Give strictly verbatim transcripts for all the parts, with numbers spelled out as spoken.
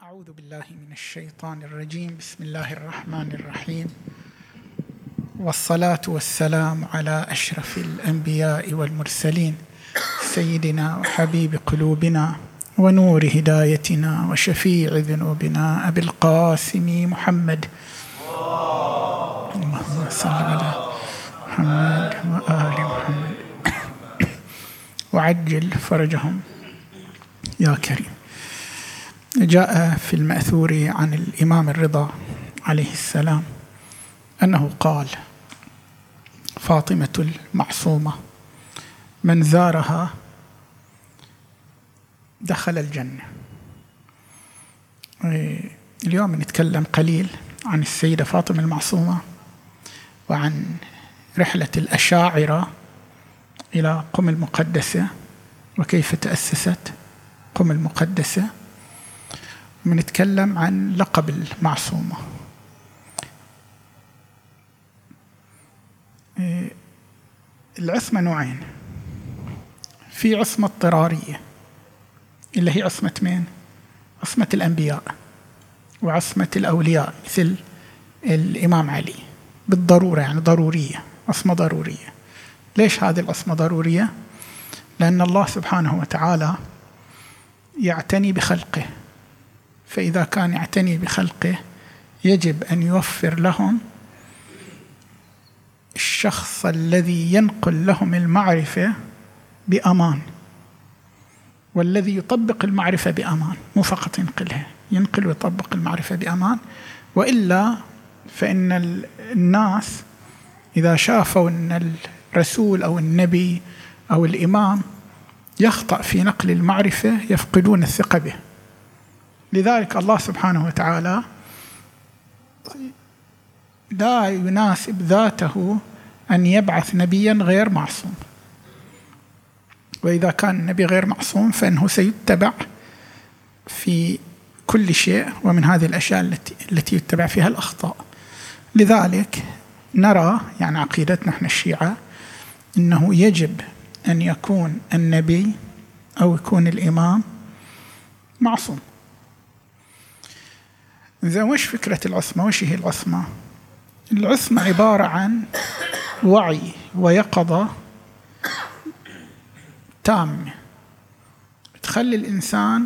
أعوذ بالله من الشيطان الرجيم. بسم الله الرحمن الرحيم، والصلاة والسلام على أشرف الأنبياء والمرسلين، سيدنا وحبيب قلوبنا ونور هدايتنا وشفيع ذنوبنا أبي القاسم محمد، اللهم صل على محمد وآل محمد وعجل فرجهم يا كريم. جاء في المأثور عن الإمام الرضا عليه السلام أنه قال: فاطمة المعصومة من زارها دخل الجنة. اليوم نتكلم قليل عن السيدة فاطمة المعصومة وعن رحلة الأشاعرة إلى قم المقدسة وكيف تأسست قم المقدسة، ونتكلم عن لقب المعصومة. العصمة نوعين، في عصمة اضطرارية اللي هي عصمة مين؟ عصمة الأنبياء وعصمة الأولياء مثل الإمام علي، بالضرورة يعني ضرورية، عصمة ضرورية. ليش هذه العصمة ضرورية؟ لأن الله سبحانه وتعالى يعتني بخلقه، فإذا كان يعتني بخلقه يجب أن يوفر لهم الشخص الذي ينقل لهم المعرفة بأمان، والذي يطبق المعرفة بأمان، مو فقط ينقلها، ينقل ويطبق المعرفة بأمان. وإلا فإن الناس إذا شافوا أن الرسول أو النبي أو الإمام يخطأ في نقل المعرفة يفقدون الثقة به. لذلك الله سبحانه وتعالى لا يناسب ذاته أن يبعث نبيا غير معصوم، وإذا كان النبي غير معصوم فإنه سيتبع في كل شيء، ومن هذه الأشياء التي, التي يتبع فيها الأخطاء. لذلك نرى يعني عقيدتنا احنا الشيعة أنه يجب أن يكون النبي أو يكون الإمام معصوم. إذا وش فكرة العصمة؟ وش هي العصمة؟ العصمة عبارة عن وعي ويقظة تامة تخلي الإنسان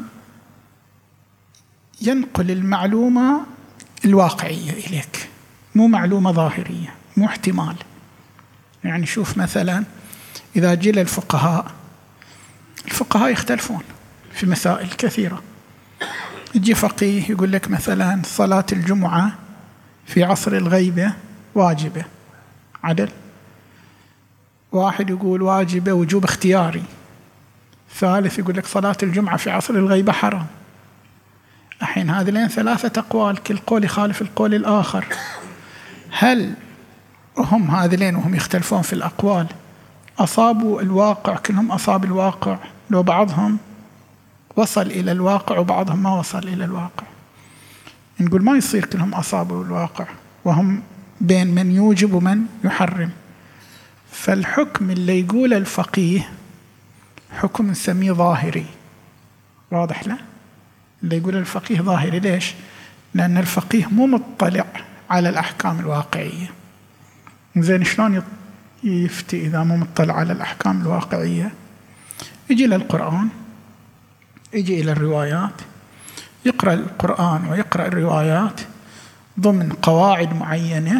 ينقل المعلومة الواقعية إليك، مو معلومة ظاهرية، مو احتمال. يعني شوف مثلا إذا جيل الفقهاء الفقهاء يختلفون في مسائل كثيرة. يجي فقيه يقول لك مثلا صلاة الجمعة في عصر الغيبة واجبة، عدل. واحد يقول واجبة وجوب اختياري، ثالث يقول لك صلاة الجمعة في عصر الغيبة حرام. الحين هذه لين ثلاثة أقوال، كل قول يخالف القول الآخر. هل هم هذين وهم يختلفون في الأقوال أصابوا الواقع؟ كلهم أصاب الواقع؟ لو بعضهم وصل إلى الواقع وبعضهم ما وصل إلى الواقع. نقول ما يصير كلهم أصابوا الواقع وهم بين من يوجب ومن يحرم. فالحكم اللي يقول الفقيه حكم نسميه ظاهري، واضح له؟ اللي يقول الفقيه ظاهري. ليش؟ لأن الفقيه مو مطلع على الأحكام الواقعية. زين شلون يفتي إذا مو مطلع على الأحكام الواقعية؟ يجي إلى القرآن، يجي إلى الروايات، يقرأ القرآن ويقرأ الروايات ضمن قواعد معينة،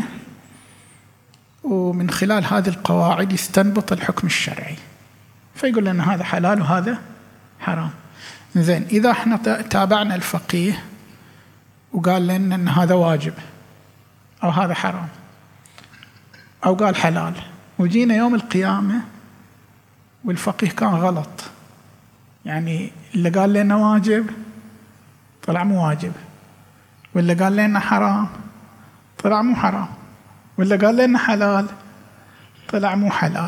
ومن خلال هذه القواعد يستنبط الحكم الشرعي، فيقول لنا هذا حلال وهذا حرام. زين إذا احنا تابعنا الفقيه وقال لنا أن هذا واجب أو هذا حرام أو قال حلال، وجينا يوم القيامة والفقيه كان غلط، يعني اللي قال لنا واجب طلع مو واجب، واللي قال لنا حرام طلع مو حرام، واللي قال لنا حلال طلع مو حلال.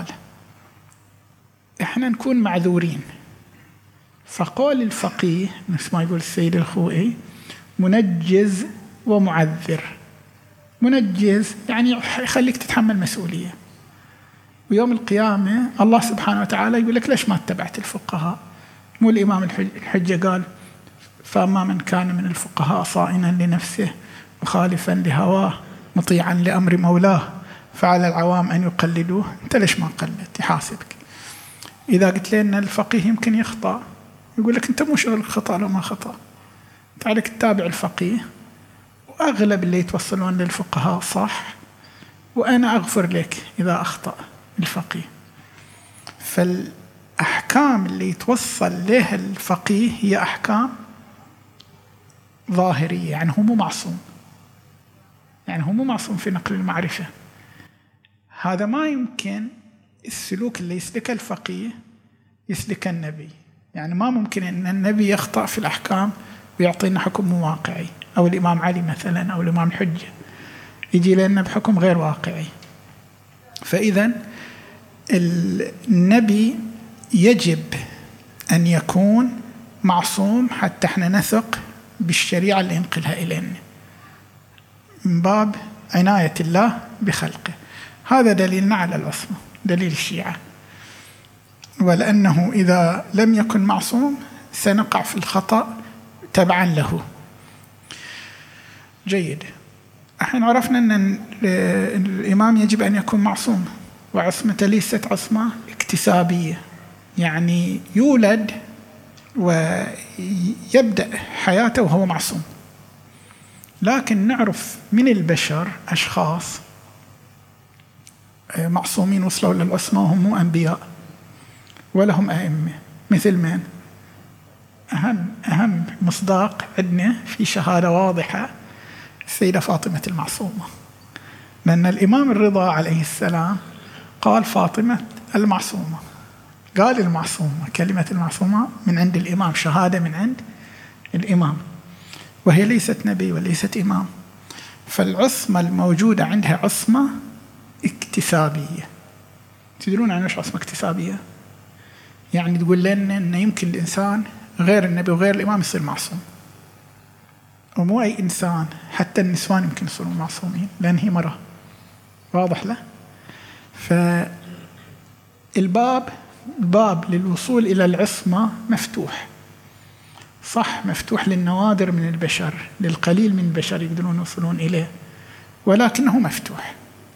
احنا نكون معذورين. فقول الفقيه مثل ما يقول السيد الخوئي منجز ومعذر. منجز يعني يخليك تتحمل مسؤولية، ويوم القيامة الله سبحانه وتعالى يقول لك ليش ما اتبعت الفقهاء؟ مو الإمام الحجة قال فأما من كان من الفقهاء صائنا لنفسه مخالفا لهواه مطيعا لأمر مولاه فعلى العوام أن يقلدوه. أنت ليش ما قلدت؟ يحاسبك. إذا قلت لنا الفقيه يمكن يخطأ، يقول لك أنت مو شغل خطأ لو ما خطأ، أنت عليك تتابع الفقيه، وأغلب اللي يتوصلون للفقهاء صح، وأنا أغفر لك إذا أخطأ الفقيه. فالأحكام اللي يتوصل لها الفقيه هي أحكام ظاهرية، يعني هو مو معصوم، يعني هو مو معصوم في نقل المعرفة. هذا ما يمكن السلوك اللي يسلكه الفقيه يسلكه النبي، يعني ما ممكن أن النبي يخطأ في الأحكام ويعطينا حكم مو واقعي، أو الإمام علي مثلا أو الإمام الحجة يجي لنا بحكم غير واقعي. فإذا النبي يجب أن يكون معصوم حتى احنا نثق بالشريعة اللي ينقلها إلينا من باب عناية الله بخلقه. هذا دليلنا على العصمة، دليل الشيعة. ولأنه إذا لم يكن معصوم سنقع في الخطأ تبعا له. جيد. احنا عرفنا أن الإمام يجب أن يكون معصوم، وعصمة ليست عصمة اكتسابية، يعني يولد ويبدأ حياته وهو معصوم. لكن نعرف من البشر أشخاص معصومين وصلوا للعصمة وهم مو أنبياء ولهم أئمة، مثل من؟ أهم أهم مصداق عندنا في شهادة واضحة السيدة فاطمة المعصومة، لأن الإمام الرضا عليه السلام قال فاطمة المعصومة، قال المعصومة، كلمة المعصومة من عند الإمام، شهادة من عند الإمام، وهي ليست نبي وليست إمام. فالعصمة الموجودة عندها عصمة اكتسابية. تدرون عن ايش عصمة اكتسابية؟ يعني تقول لنا أن يمكن الإنسان غير النبي وغير الإمام يصير معصوم، ومو أي إنسان، حتى النسوان يمكن يصيرون معصومين لأن هي مرة. واضح له؟ فالباب الباب للوصول إلى العصمة مفتوح، صح، مفتوح للنوادر من البشر، للقليل من البشر يقدرون يوصلون إليه، ولكنه مفتوح.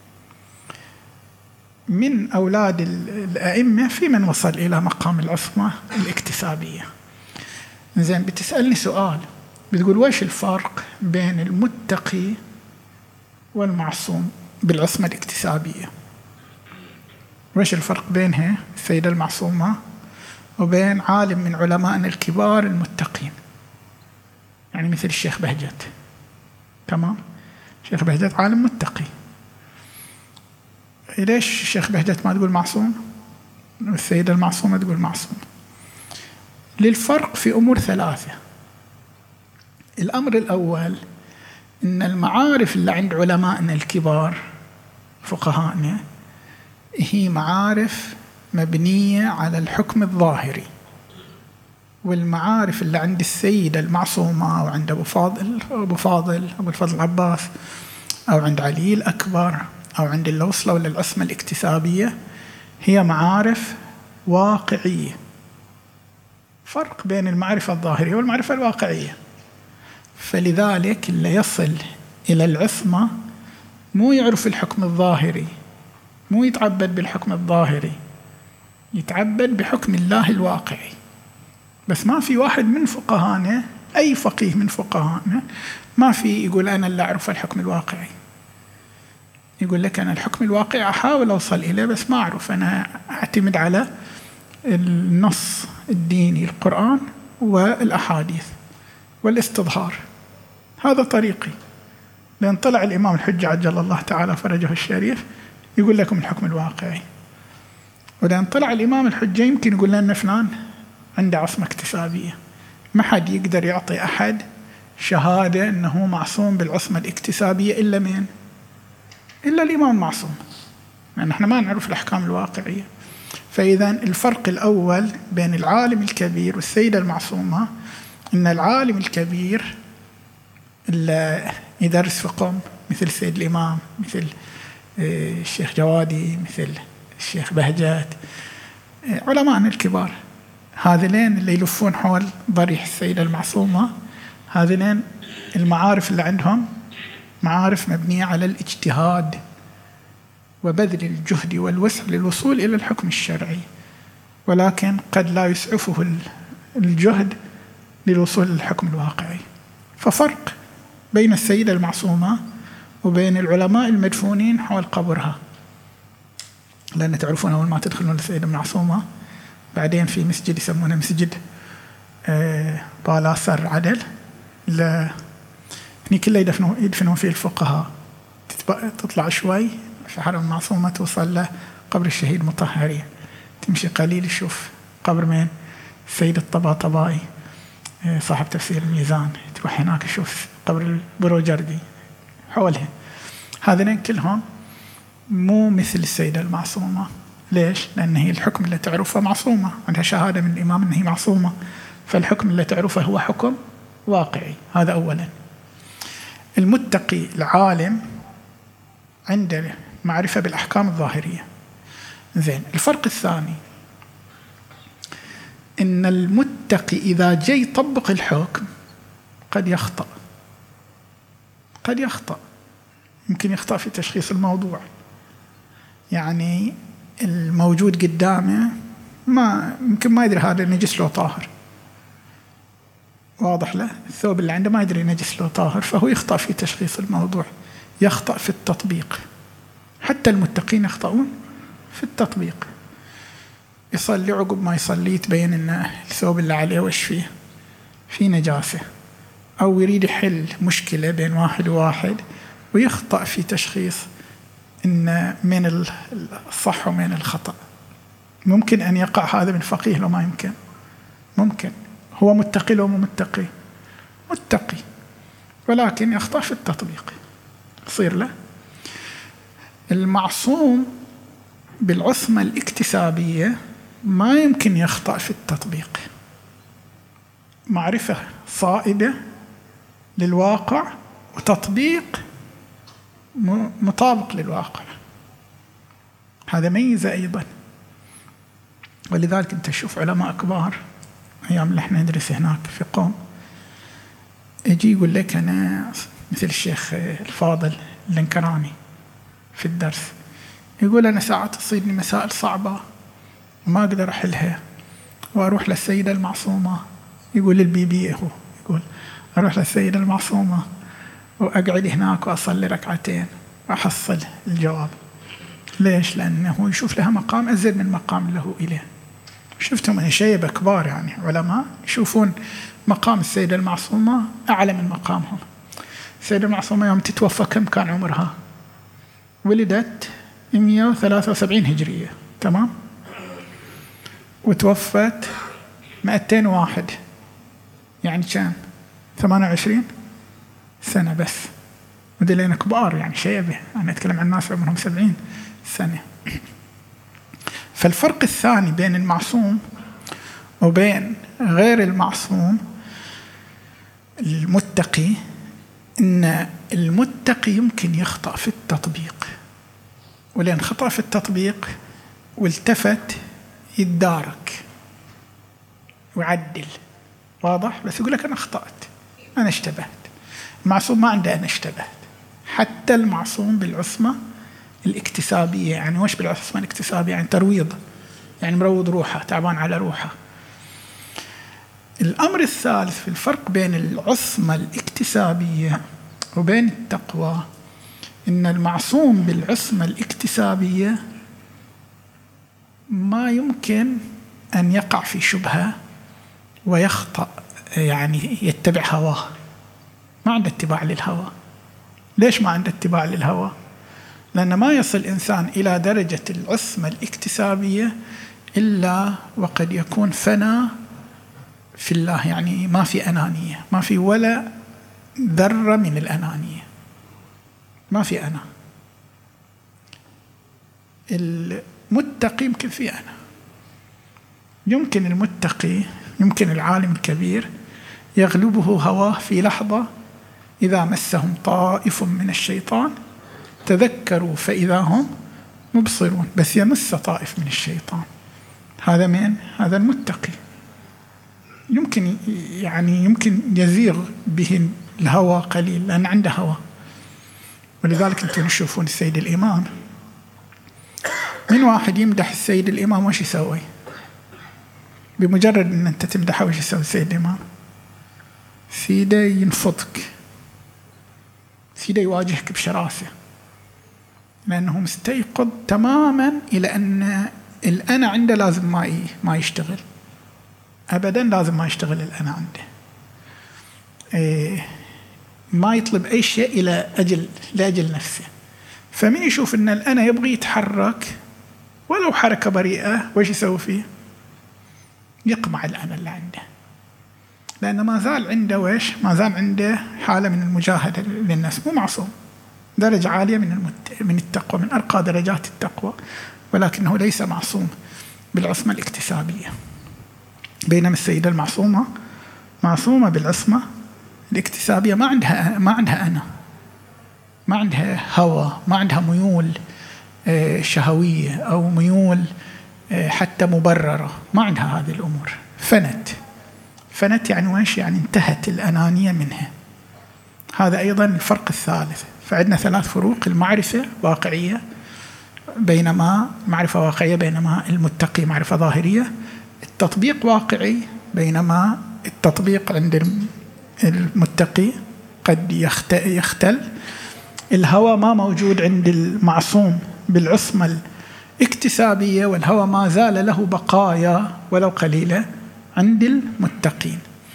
من أولاد الأئمة في من وصل إلى مقام العصمة الاكتسابية. زين، بتسألني سؤال، بتقول وش الفرق بين المتقي والمعصوم بالعصمة الاكتسابية؟ وش الفرق بينها السيدة المعصومة وبين عالم من علمائنا الكبار المتقين، يعني مثل الشيخ بهجت؟ تمام، الشيخ بهجت عالم متقي، ليش الشيخ بهجت ما تقول معصوم والسيدة المعصومة تقول معصوم؟ للفرق في أمور ثلاثة. الأمر الأول إن المعارف اللي عند علمائنا الكبار فقهائنا هي معارف مبنية على الحكم الظاهري، والمعارف اللي عند السيدة المعصومة أو عند أبو فاضل أبو فاضل أبو الفضل العباس أو عند علي الأكبر أو عند اللي وصلوا للعصمة الاكتسابية هي معارف واقعية. فرق بين المعرفة الظاهرية والمعرفة الواقعية. فلذلك اللي يصل إلى العصمة مو يعرف الحكم الظاهري، مو يتعبد بالحكم الظاهري، يتعبد بحكم الله الواقعي. بس ما في واحد من فقهانا، أي فقيه من فقهانا، ما في يقول أنا اللي أعرف الحكم الواقعي. يقول لك أنا الحكم الواقعي أحاول أوصل إليه بس ما أعرف، أنا أعتمد على النص الديني، القرآن والأحاديث والاستظهار، هذا طريقي. لأن طلع الإمام الحجة عجل الله تعالى فرجه الشريف يقول لكم الحكم الواقعي، ولأن طلع الإمام الحجة يمكن يقول لنا فلان عنده عصمة اكتسابية. ما حد يقدر يعطي أحد شهادة أنه معصوم بالعصمة الاكتسابية إلا مين؟ إلا الإمام المعصوم، لأن احنا ما نعرف الأحكام الواقعية. فإذا الفرق الأول بين العالم الكبير والسيدة المعصومة إن العالم الكبير اللي يدرس في قوم مثل السيد الإمام، مثل الشيخ جوادي، مثل الشيخ بهجت، علماءنا الكبار، هذين اللي يلفون حول ضريح السيدة المعصومة هذين المعارف اللي عندهم معارف مبنية على الاجتهاد وبذل الجهد والوسع للوصول إلى الحكم الشرعي، ولكن قد لا يسعفه الجهد للوصول للحكم الواقعي. ففرق بين السيدة المعصومة وبين العلماء المدفونين حول قبرها، لأن تعرفون أول ما تدخلون السيدة المعصومة بعدين في مسجد يسمونه مسجد آه بالاثر عدل، يعني كله يدفنون يدفنون فيه الفقهاء. تطلع شوي في حرم المعصومة توصل له قبر الشهيد مطهري، تمشي قليل تشوف قبر مين؟ السيد الطباطبائي صاحب تفسير الميزان، تروح هناك تشوف قبر البروجردي حولها. هذين كلهم مو مثل السيدة المعصومة. ليش؟ لأن هي الحكم اللي تعرفه معصومة، عندها شهادة من الإمام أنها معصومة، فالحكم اللي تعرفه هو حكم واقعي. هذا أولا. المتقي العالم عنده معرفة بالأحكام الظاهرية. زين، الفرق الثاني إن المتقي إذا جاي يطبق الحكم قد يخطأ، قد يخطأ يمكن يخطأ في تشخيص الموضوع. يعني الموجود قدامه ما يمكن ما يدري هذا نجس لو طاهر، واضح له الثوب اللي عنده ما يدري نجس لو طاهر، فهو يخطأ في تشخيص الموضوع، يخطأ في التطبيق. حتى المتقين يخطئون في التطبيق. يصلي عقب ما يصلي تبين ان الثوب اللي عليه وش فيه في نجاسة، أو يريد يحل مشكلة بين واحد وواحد ويخطأ في تشخيص إن من الصح ومن الخطأ. ممكن أن يقع هذا من فقيه لو ما يمكن، ممكن هو متقي لو مو متقي، متقي ولكن يخطأ في التطبيق يصير له. المعصوم بالعصمة الاكتسابية ما يمكن يخطأ في التطبيق، معرفة صائبة للواقع وتطبيق مطابق للواقع. هذا ميزة أيضا. ولذلك أنت تشوف علماء كبار أيام اللي احنا ندرس هناك في قوم، يجي يقول لك أنا مثل الشيخ الفاضل الانكراني في الدرس، يقول أنا ساعات تصيبني مسائل صعبة وما أقدر أحلها وأروح للسيدة المعصومة. يقول للبيبي هو يقول أروح للسيدة المعصومة وأقعد هناك وأصلي ركعتين وأحصل الجواب. ليش؟ لأنه يشوف لها مقام أزيد من مقام له إليه. شفتم أن شيبة كبار يعني علماء يشوفون مقام السيدة المعصومة أعلى من مقامهم. السيدة المعصومة يوم تتوفى كم كان عمرها؟ ولدت مئة وثلاثة وسبعين هجرية، تمام؟ وتوفت مئتين وواحد، يعني كم؟ ثمانية وعشرين سنة بس. ودلين كبار يعني شيبة، أنا أتكلم عن ناس عمرهم سبعين سنة. فالفرق الثاني بين المعصوم وبين غير المعصوم المتقي إن المتقي يمكن يخطأ في التطبيق، ولأن خطأ في التطبيق والتفت يتدارك ويعدل، واضح؟ بس يقول لك أنا أخطأت، أنا اشتبهت. المعصوم ما عنده أنا اشتبهت. حتى المعصوم بالعصمة الاكتسابية، يعني وش بالعصمة الاكتسابية؟ يعني ترويض، يعني مروض روحه، تعبان على روحه. الأمر الثالث في الفرق بين العصمة الاكتسابية وبين التقوى إن المعصوم بالعصمة الاكتسابية ما يمكن أن يقع في شبهة ويخطأ، يعني يتبع هواه. ما عنده اتباع للهوى. ليش ما عنده اتباع للهوى؟ لأن ما يصل إنسان إلى درجة العصمة الاكتسابية إلا وقد يكون فنى في الله، يعني ما في أنانية، ما في ولا ذرة من الأنانية، ما في أنا. المتقي يمكن في أنا، يمكن المتقي، يمكن العالم الكبير يغلبه هواه في لحظة إذا مسهم طائف من الشيطان تذكروا فإذا هم مبصرون، بس يمس طائف من الشيطان. هذا من؟ هذا المتقي. يمكن يعني يمكن يزيغ به الهوى قليل لأن عنده هوى. ولذلك أنتم تشوفون السيد الإمام، من واحد يمدح السيد الإمام وش يسوي؟ بمجرد أن أنت تمدحه وش يسوي السيد الإمام؟ سيدة ينفضك، سيدة يواجهك بشراسة، لأنه مستيقظ تماما إلى أن الأنا عنده لازم ما ما يشتغل أبدا، لازم ما يشتغل الأنا عنده، إيه ما يطلب أي شيء إلى أجل لأجل نفسه. فمن يشوف أن الأنا يبغي يتحرك ولو حركة بريئة وش يسوي فيه؟ يقمع الأنا اللي عنده، لأنه ما زال عنده وش؟ ما زال عنده حالة من المجاهدة للنفس، مو معصوم، درجة عالية من المت... من التقوى، من أرقى درجات التقوى، ولكنه ليس معصوم بالعصمة الاكتسابية. بينما السيدة المعصومة معصومة بالعصمة الاكتسابية، ما عندها ما عندها أنا، ما عندها هوى، ما عندها ميول شهوية أو ميول حتى مبررة، ما عندها هذه الأمور. فنت فنت يعني وش؟ يعني انتهت الأنانية منها. هذا أيضا الفرق الثالث. فعندنا ثلاث فروق: المعرفة واقعية بينما معرفة واقعية بينما المتقي معرفة ظاهرية، التطبيق واقعي بينما التطبيق عند المتقي قد يختل، الهوى ما موجود عند المعصوم بالعصمة الاكتسابية، والهوى ما زال له بقايا ولو قليلة عند المتقين.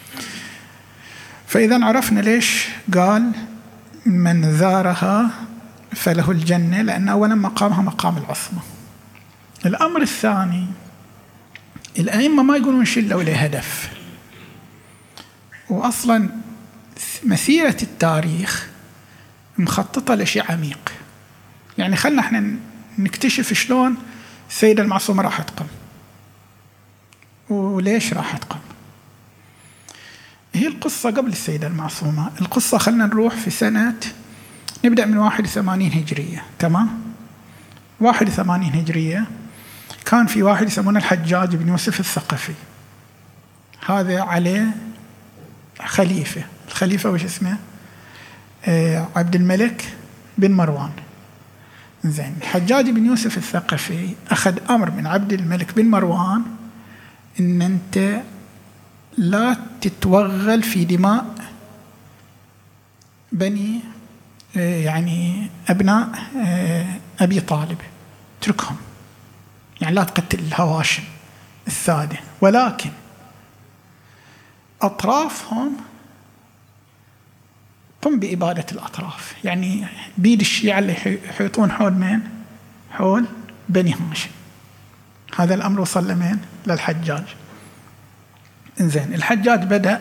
فإذا عرفنا ليش قال من زارها فله الجنة، لأن أولا مقامها مقام العصمة. الأمر الثاني، الأئمة ما يقولون شيء إلا له هدف، وأصلا مسيرة التاريخ مخططة لشيء عميق. يعني خلنا احنا نكتشف شلون السيدة المعصومة راح تقم وليش راح تقم. هي القصة قبل السيدة المعصومة. القصة خلنا نروح في سنة، نبدأ من واحد وثمانين هجرية، تمام؟ واحد وثمانين هجرية كان في واحد يسمونه الحجاج بن يوسف الثقفي، هذا عليه خليفة، الخليفة وش اسمه؟ آه عبد الملك بن مروان. زين، الحجاج بن يوسف الثقفي أخذ أمر من عبد الملك بن مروان إن أنت لا تتوغل في دماء بني آه يعني أبناء آه أبي طالب، اتركهم، يعني لا تقتل الهواشم السادة، ولكن أطرافهم قم بإبادة الأطراف. يعني بيد الشيعة اللي يحيطون حول مين؟ حول بني هاشم. هذا الأمر وصل لمين؟ للحجاج. إنزين، الحجاج بدأ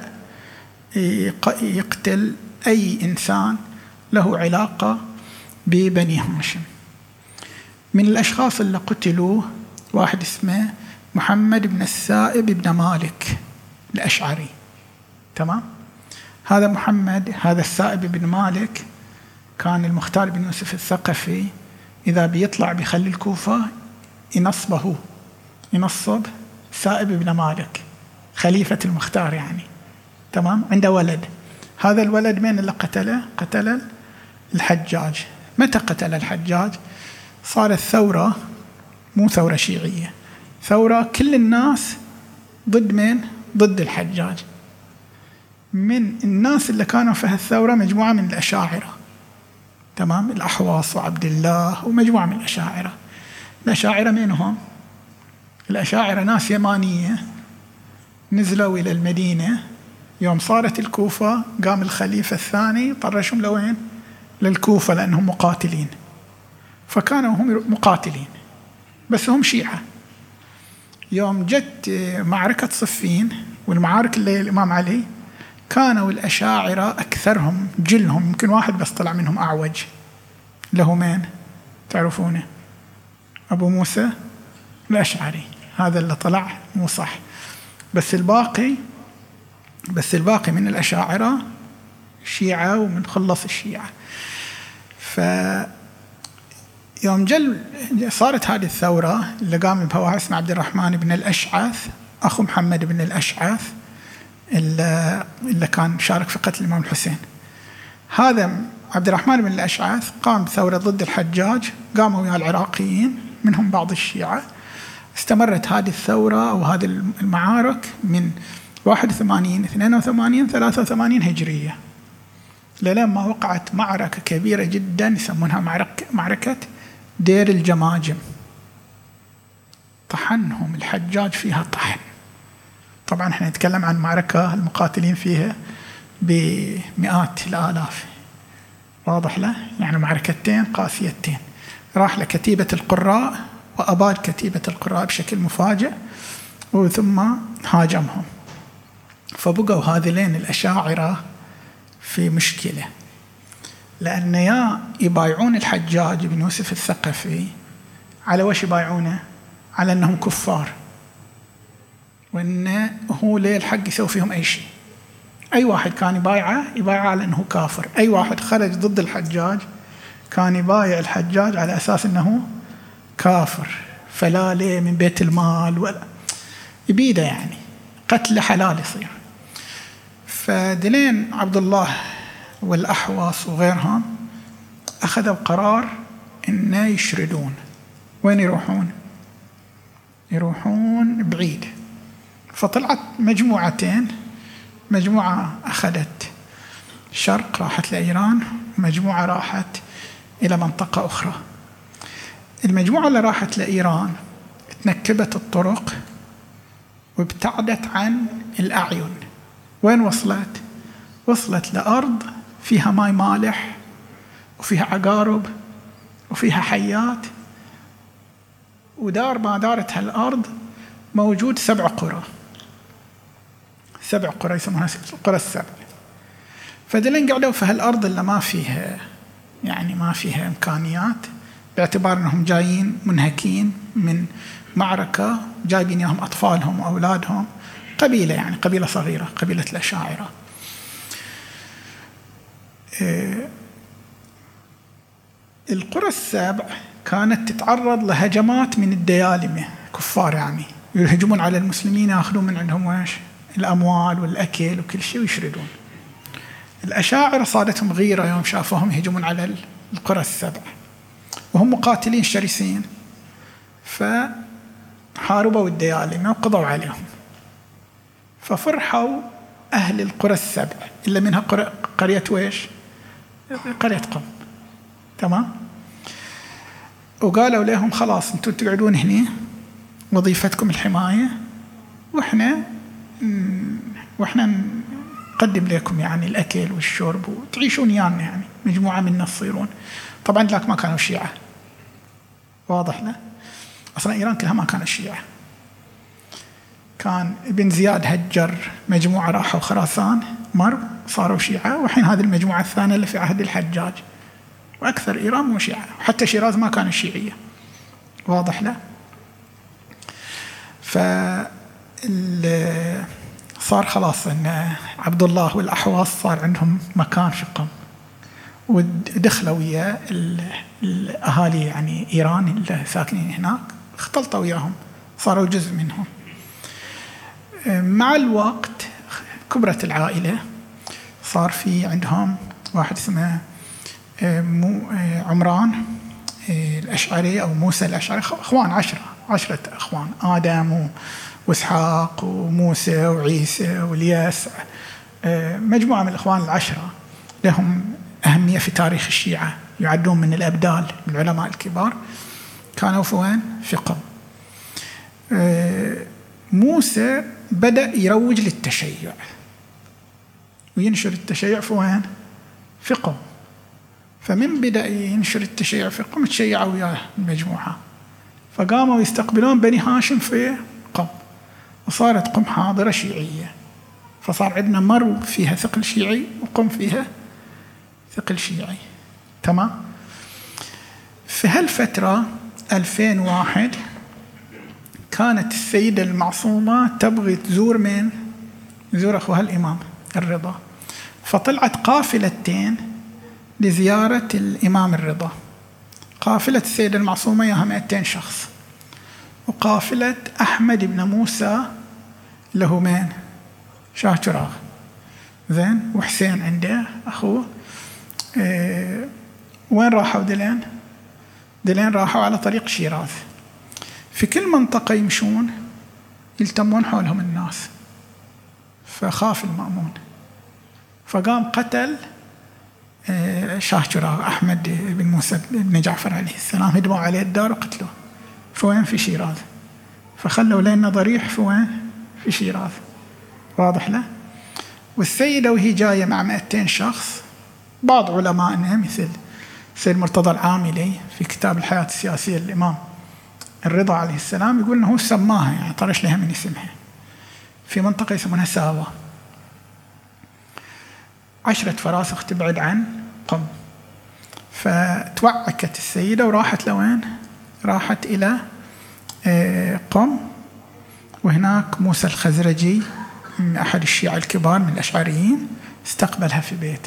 يقتل أي إنسان له علاقة ببني هاشم. من الأشخاص اللي قتلوه واحد اسمه محمد بن السائب بن مالك الأشعري، تمام؟ هذا محمد هذا السائب بن مالك كان المختار بن يوسف الثقفي إذا بيطلع بيخلي الكوفة ينصبه، ينصب سائب بن مالك خليفة المختار يعني، تمام؟ عنده ولد، هذا الولد من اللي قتله؟ قتل الحجاج. متى قتل الحجاج؟ صارت ثورة، مو ثورة شيعية، ثورة كل الناس ضد من؟ ضد الحجاج. من الناس اللي كانوا في هالثورة مجموعة من الأشاعرة، تمام؟ الأحواص وعبد الله ومجموعة من الأشاعرة. الأشاعرة منهم؟ الأشاعرة ناس يمانية نزلوا إلى المدينة يوم صارت الكوفة، قام الخليفة الثاني طرشهم لوين؟ للكوفة، لأنهم مقاتلين، فكانوا هم مقاتلين بس هم شيعة. يوم جت معركة صفين والمعارك اللي الإمام علي، كانوا الأشاعرة أكثرهم جلهم، يمكن واحد بس طلع منهم أعوج، له مين؟ تعرفونه؟ أبو موسى الأشعري، هذا اللي طلع مو صح. بس الباقي بس الباقي من الأشاعرة شيعة ومن خلص الشيعة. ف يوم جل صارت هذه الثورة اللي قام بها واحد اسمه عبد الرحمن بن الأشعث أخو محمد بن الأشعث، اللي كان شارك في قتل الإمام الحسين. هذا عبد الرحمن بن الأشعث قام بثورة ضد الحجاج، قاموا ويا العراقيين منهم بعض الشيعة. استمرت هذه الثورة أو هذه المعارك من واحد وثمانين اثنين وثمانين ثلاثة وثمانين هجرية، لما وقعت معركة كبيرة جدا يسمونها معركة, معركة دير الجماجم. طحنهم الحجاج فيها طحن. طبعا احنا نتكلم عن معركة المقاتلين فيها بمئات الآلاف، واضح له؟ يعني معركتين قاسيتين. راح لكتيبة القراء وأباد كتيبة القراء بشكل مفاجئ، وثم هاجمهم. فبقوا هذين الأشاعرة في مشكلة، لأن يا يبايعون الحجاج بن يوسف الثقفي على وش يبايعونه؟ على أنهم كفار، وأنه هو ليه الحق يسوي فيهم أي شيء. أي واحد كان يبايعه يبايعه على أنه كافر. أي واحد خرج ضد الحجاج كان يبايع الحجاج على أساس أنه كافر، فلا ليه من بيت المال ولا يبيده، يعني قتل حلال يصير. فدلين عبد الله والأحوص وغيرهم أخذوا قرار إنه يشردون. وين يروحون؟ يروحون بعيد. فطلعت مجموعتين، مجموعة أخذت الشرق راحت لإيران، ومجموعة راحت إلى منطقة أخرى. المجموعة اللي راحت لإيران تنكبت الطرق وابتعدت عن الأعين. وين وصلت؟ وصلت لأرض فيها ماء مالح وفيها عقارب وفيها حيات، ودار ما دارت هالأرض موجود سبع قرى، سبع قرى يسمونها القرى السبع. فدلين قعدوا في هالأرض اللي ما فيها يعني ما فيها إمكانيات، باعتبار أنهم جايين منهكين من معركة، جايبين ياهم أطفالهم وأولادهم، قبيلة يعني قبيلة صغيرة، قبيلة الأشاعرة. إيه القرى السبع كانت تتعرض لهجمات من الديالمة، كفار يعني يهجمون على المسلمين، يأخذون من عندهم واش الأموال والأكل وكل شيء ويشردون. الأشاعرة صادتهم غيرة يوم شافوهم يهجمون على القرى السبع، وهم مقاتلين شرسين، فحاربوا الديالمة وقضوا عليهم. ففرحوا أهل القرى السبع إلا منها قرية ويش؟ قرية قم. تمام؟ وقالوا لهم خلاص انتم تقعدون هنا، وظيفتكم الحماية، وإحنا وإحنا نقدم لكم يعني الأكل والشرب وتعيشون يانا، يعني مجموعة منا تصيرون. طبعا ذاك ما كانوا شيعة، واضح له؟ أصلا إيران كلها ما كانوا شيعة. كان ابن زياد هجر مجموعة راحوا خراسان مر صاروا شيعة، وحين هذه المجموعة الثانية اللي في عهد الحجاج، وأكثر إيران مو شيعة، حتى شيراز ما كانت شيعية، واضح له؟ فصار خلاص أن عبد الله والأحواص صار عندهم مكان في قم، ودخلوا ويا الأهالي يعني إيران اللي ساكنين هناك، اختلطوا وياهم، صاروا جزء منهم. مع الوقت كبرت العائلة، صار في عندهم واحد اسمه عمران الأشعري أو موسى الأشعري، أخوان عشرة عشرة أخوان، آدم وإسحاق وموسى وعيسى والياس، مجموعة من الأخوان العشرة لهم أهمية في تاريخ الشيعة، يعدون من الأبدال من العلماء الكبار. كانوا في وين؟ في قم. موسى بدأ يروج للتشيع وينشر التشيع في وين؟ في قم. فمن بدأ ينشر التشيع في قم تشيعوا وياه المجموعة، فقاموا يستقبلون بني هاشم في قم، وصارت قم حاضرة شيعية. فصار عندنا مرو فيها ثقل شيعي وقم فيها ثقل شيعي. تمام؟ في هالفترة ألفين وواحد كانت السيدة المعصومة تبغي تزور من؟ تزور أخوها الإمام الرضا. فطلعت قافلتين لزيارة الإمام الرضا، قافلة السيدة المعصومة ياها مئتين شخص، وقافلة أحمد بن موسى له من؟ شاه شراغ. زين، وحسين عنده أخوه. اه وين راحوا دلين؟ دلين راحوا على طريق شيراز. في كل منطقة يمشون يلتمون حولهم الناس، فخاف المأمون فقام قتل شاه شراغ أحمد بن موسى بن جعفر عليه السلام. هدموا عليه الدار وقتلوه. فوين؟ في شيراز. فخلوا لنا ضريح فوين؟ في شيراز. واضح له؟ والسيدة وهي جاية مع مئتين شخص، بعض علمائنا مثل سيد مرتضى العاملي في كتاب الحياة السياسية للإمام الرضا عليه السلام يقول إنه هو سماها، يعني طرش لها من اسمها، في منطقة يسمونها ساوة، عشرة فراسخ تبعد عن قم. فتوعكت السيدة وراحت لوين؟ راحت إلى قم، وهناك موسى الخزرجي من أحد الشيعة الكبار من الأشعريين استقبلها في بيته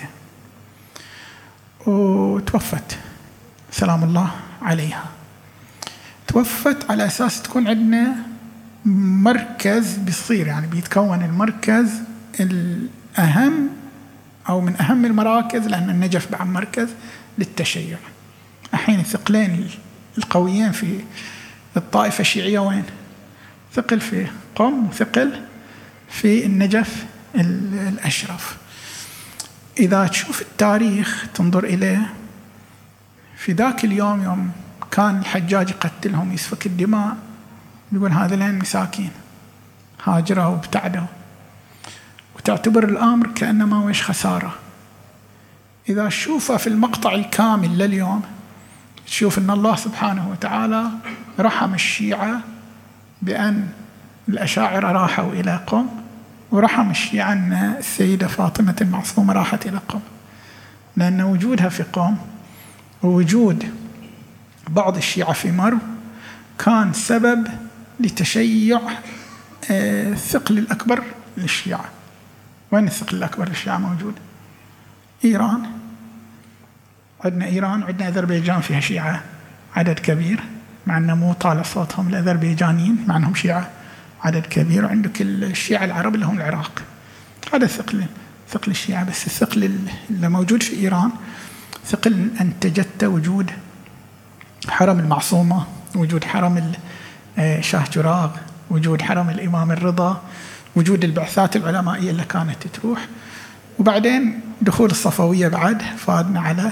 وتوفت سلام الله عليها. توفت على أساس تكون عندنا مركز بيصير، يعني بيتكون المركز الأهم أو من أهم المراكز، لأن النجف بعد مركز للتشيع. الحين الثقلين القويين في الطائفة الشيعية وين؟ ثقل في قم وثقل في النجف الأشرف. إذا تشوف التاريخ تنظر إليه، في ذاك اليوم يوم كان الحجاج يقتلهم يسفك الدماء، يقول هذين مساكين هاجروا وابتعدوا، وتعتبر الأمر كأنما ويش خسارة. إذا تشوفه في المقطع الكامل لليوم تشوف أن الله سبحانه وتعالى رحم الشيعة بأن الأشاعرة راحوا إلى قم، ورحم الشيعة أن السيدة فاطمة المعصومة راحت إلى قم، لأن وجودها في قم ووجود بعض الشيعة في مرو كان سبب لتشيع الثقل الأكبر للشيعة. وين الثقل الأكبر للشيعة موجود؟ إيران. عندنا إيران، عندنا أذربيجان فيها شيعة عدد كبير، مع أنه مو طالع صوتهم الأذربيجانيين، مع أنهم شيعة عدد كبير. وعندك الشيعة العرب اللي هم العراق. هذا ثقل ثقل الشيعة. بس الثقل اللي موجود في إيران ثقل أنتجت وجود حرم المعصومة، وجود حرم شاه شراغ، وجود حرم الإمام الرضا، وجود البعثات العلمائية اللي كانت تروح، وبعدين دخول الصفوية بعد فادنا على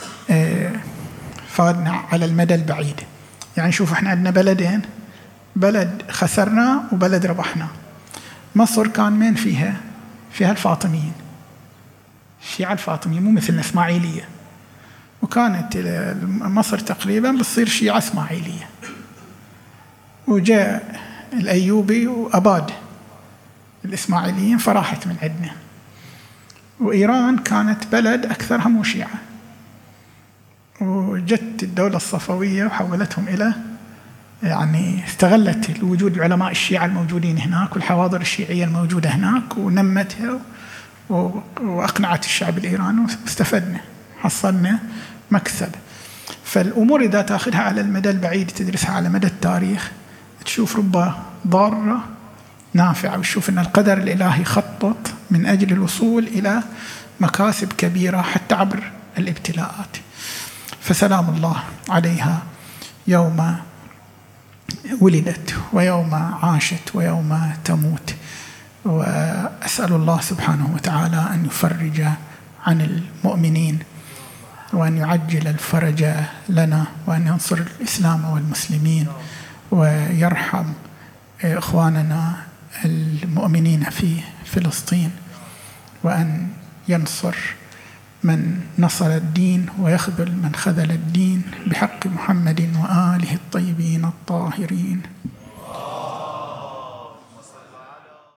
فادنا على المدى البعيد. يعني شوف احنا عندنا بلدين، بلد خسرنا وبلد ربحنا. مصر كان مين فيها؟ فيها الفاطميين، الشيعة الفاطميين، مو مثل الإسماعيلية. وكانت مصر تقريبا بتصير شيعة إسماعيلية، وجاء الأيوبي وأباد الإسماعيليين فراحت من عندنا. وإيران كانت بلد أكثرها مو شيعة، وجت الدولة الصفوية وحولتهم إلى، يعني استغلت الوجود العلماء الشيعة الموجودين هناك والحواضر الشيعية الموجودة هناك ونمتها وأقنعت الشعب الإيراني، واستفدنا، حصلنا مكسب. فالأمور إذا تأخذها على المدى البعيد تدرسها على مدى التاريخ تشوف ربما ضارة نافعة، وتشوف أن القدر الإلهي خطط من أجل الوصول إلى مكاسب كبيرة حتى عبر الابتلاءات. فسلام الله عليها يوم ولدت ويوم عاشت ويوم تموت. وأسأل الله سبحانه وتعالى أن يفرج عن المؤمنين، وأن يعجل الفرج لنا، وأن ينصر الإسلام والمسلمين، ويرحم إخواننا المؤمنين في فلسطين، وأن ينصر من نصر الدين ويخذل من خذل الدين، بحق محمد وآله الطيبين الطاهرين.